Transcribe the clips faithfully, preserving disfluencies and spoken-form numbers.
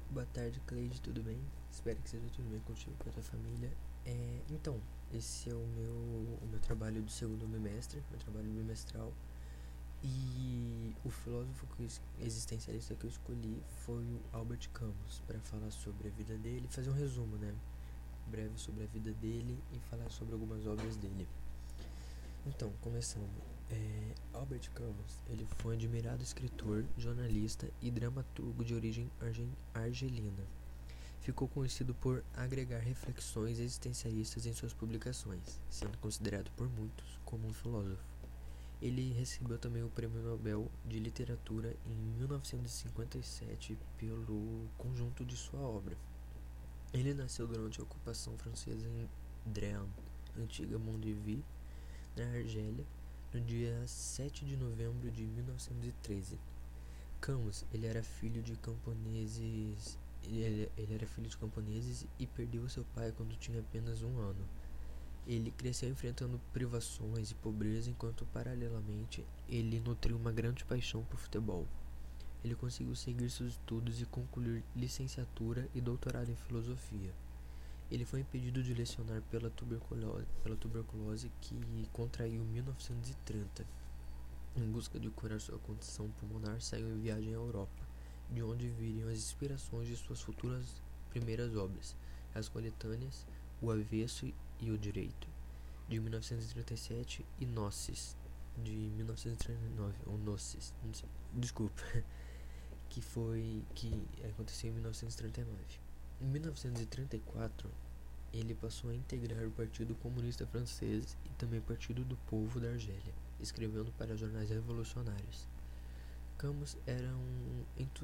Boa tarde, Cleide, tudo bem? Espero que seja tudo bem contigo e com a tua família. É, então, esse é o meu, o meu trabalho do segundo bimestre, meu trabalho bimestral. E o filósofo que eu, existencialista que eu escolhi foi o Albert Camus, para falar sobre a vida dele, fazer um resumo, né? Breve sobre a vida dele e falar sobre algumas obras dele. Então, começando, é, Albert Camus, ele foi um admirado escritor, jornalista e dramaturgo de origem argen- argelina. Ficou conhecido por agregar reflexões existencialistas em suas publicações, sendo considerado por muitos como um filósofo. Ele recebeu também o Prêmio Nobel de Literatura em mil novecentos e cinquenta e sete pelo conjunto de sua obra. Ele nasceu durante a ocupação francesa em Dréan, antiga Mondeville, na Argélia, no dia sete de novembro de mil novecentos e treze. Camus, ele era filho de camponeses, ele, ele era filho de camponeses e perdeu seu pai quando tinha apenas um ano. Ele cresceu enfrentando privações e pobreza, enquanto paralelamente ele nutriu uma grande paixão por futebol. Ele conseguiu seguir seus estudos e concluir licenciatura e doutorado em filosofia. Ele foi impedido de lecionar pela tuberculose, pela tuberculose que contraiu em mil novecentos e trinta. Em busca de curar sua condição pulmonar, saiu em viagem à Europa, de onde viriam as inspirações de suas futuras primeiras obras, as coletâneas O Avesso e o Direito, de mil novecentos e trinta e sete, e Gnosis, de mil novecentos e trinta e nove, ou Gnosis, não sei, desculpa, que foi que aconteceu em mil novecentos e trinta e nove. Em mil novecentos e trinta e quatro, ele passou a integrar o Partido Comunista Francês e também o Partido do Povo da Argélia, escrevendo para jornais revolucionários. Camus era um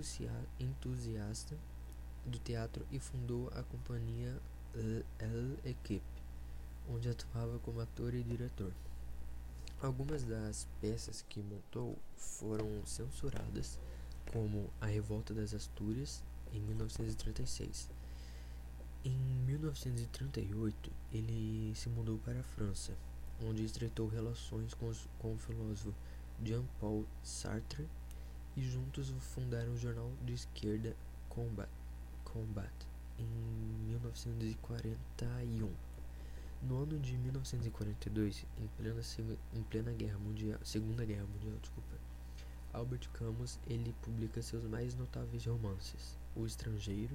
entusiasta do teatro e fundou a companhia L'Équipe, onde atuava como ator e diretor. Algumas das peças que montou foram censuradas, como A Revolta das Astúrias, em mil novecentos e trinta e seis. Em mil novecentos e trinta e oito, ele se mudou para a França, onde estreitou relações com, os, com o filósofo Jean-Paul Sartre, e juntos fundaram o jornal de esquerda Combat, Combat em mil novecentos e quarenta e um. No ano de mil novecentos e quarenta e dois, em plena, em plena guerra mundial, Segunda Guerra Mundial, desculpa, Albert Camus ele publica seus mais notáveis romances, O Estrangeiro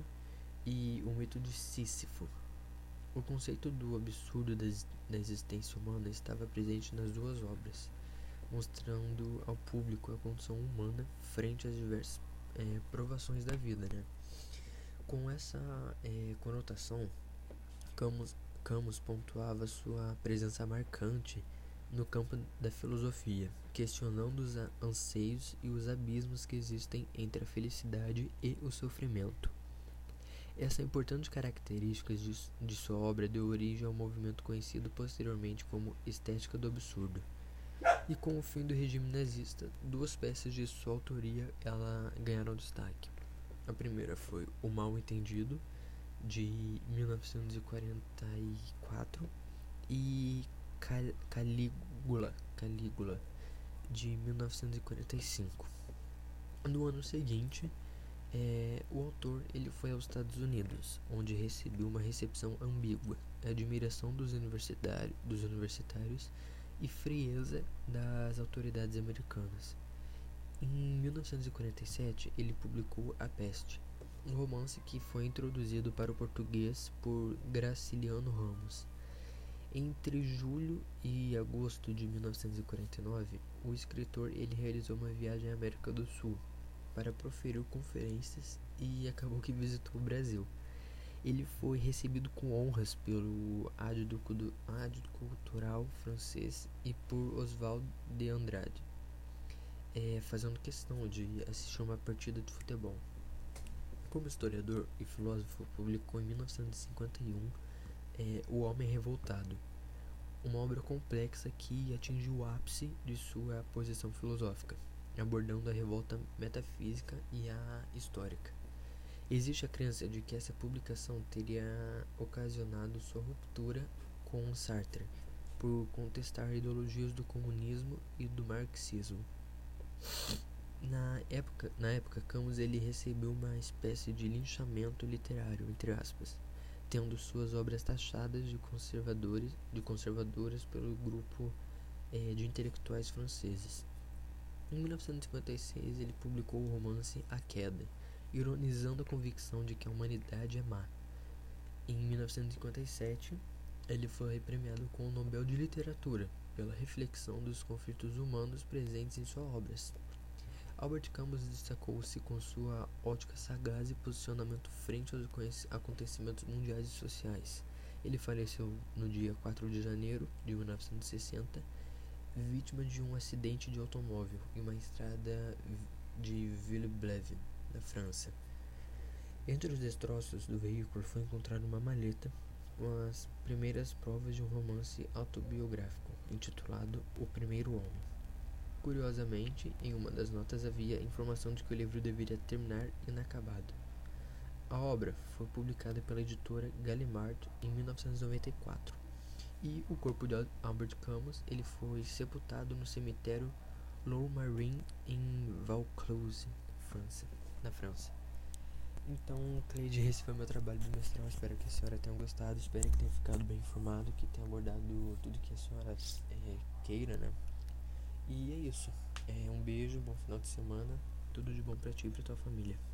e O Mito de Sísifo. O conceito do absurdo da existência humana estava presente nas duas obras, mostrando ao público a condição humana frente às diversas é, provações da vida, né? Com essa é, conotação, Camus, Camus pontuava sua presença marcante no campo da filosofia, questionando os anseios e os abismos que existem entre a felicidade e o sofrimento. Essa importante característica de, de sua obra deu origem ao movimento conhecido posteriormente como Estética do Absurdo. E com o fim do regime nazista, duas peças de sua autoria ela ganharam destaque. A primeira foi O Mal Entendido, de mil novecentos e quarenta e quatro, e Cal- Calígula, Calígula, de mil novecentos e quarenta e cinco. No ano seguinte, é, o autor ele foi aos Estados Unidos, onde recebeu uma recepção ambígua, admiração dos universitários, dos universitários e frieza das autoridades americanas. Em mil novecentos e quarenta e sete, ele publicou A Peste, um romance que foi introduzido para o português por Graciliano Ramos. Entre julho e agosto de mil novecentos e quarenta e nove, o escritor ele realizou uma viagem à América do Sul para proferir conferências e acabou que visitou o Brasil. Ele foi recebido com honras pelo Adjunto Cultural francês e por Oswald de Andrade, é, fazendo questão de assistir uma partida de futebol. Como historiador e filósofo, publicou em mil novecentos e cinquenta e um é, O Homem Revoltado, uma obra complexa que atingiu o ápice de sua posição filosófica, abordando a revolta metafísica e a histórica. Existe a crença de que essa publicação teria ocasionado sua ruptura com Sartre, por contestar ideologias do comunismo e do marxismo. Na época, na época, Camus ele recebeu uma espécie de linchamento literário, entre aspas, tendo suas obras taxadas de conservadores, de conservadoras pelo grupo eh, de intelectuais franceses. Em mil novecentos e cinquenta e seis, ele publicou o romance A Queda, ironizando a convicção de que a humanidade é má. Em mil novecentos e cinquenta e sete, ele foi premiado com o Nobel de Literatura pela reflexão dos conflitos humanos presentes em suas obras. Albert Camus destacou-se com sua ótica sagaz e posicionamento frente aos acontecimentos mundiais e sociais. Ele faleceu no dia quatro de janeiro de mil novecentos e sessenta, vítima de um acidente de automóvel em uma estrada de Villeblève, na França. Entre os destroços do veículo foi encontrada uma maleta com as primeiras provas de um romance autobiográfico, intitulado O Primeiro Homem. Curiosamente, em uma das notas havia a informação de que o livro deveria terminar inacabado. A obra foi publicada pela editora Gallimard em mil novecentos e noventa e quatro, e o corpo de Albert Camus ele foi sepultado no cemitério Lourmarin em Vaucluse, França, na França. Então, Cleide, esse foi meu trabalho de mestrado. Espero que a senhora tenha gostado, espero que tenha ficado bem informado, que tenha abordado tudo que a senhora é, queira, né? E é isso. É, um beijo, bom final de semana, tudo de bom pra ti e pra tua família.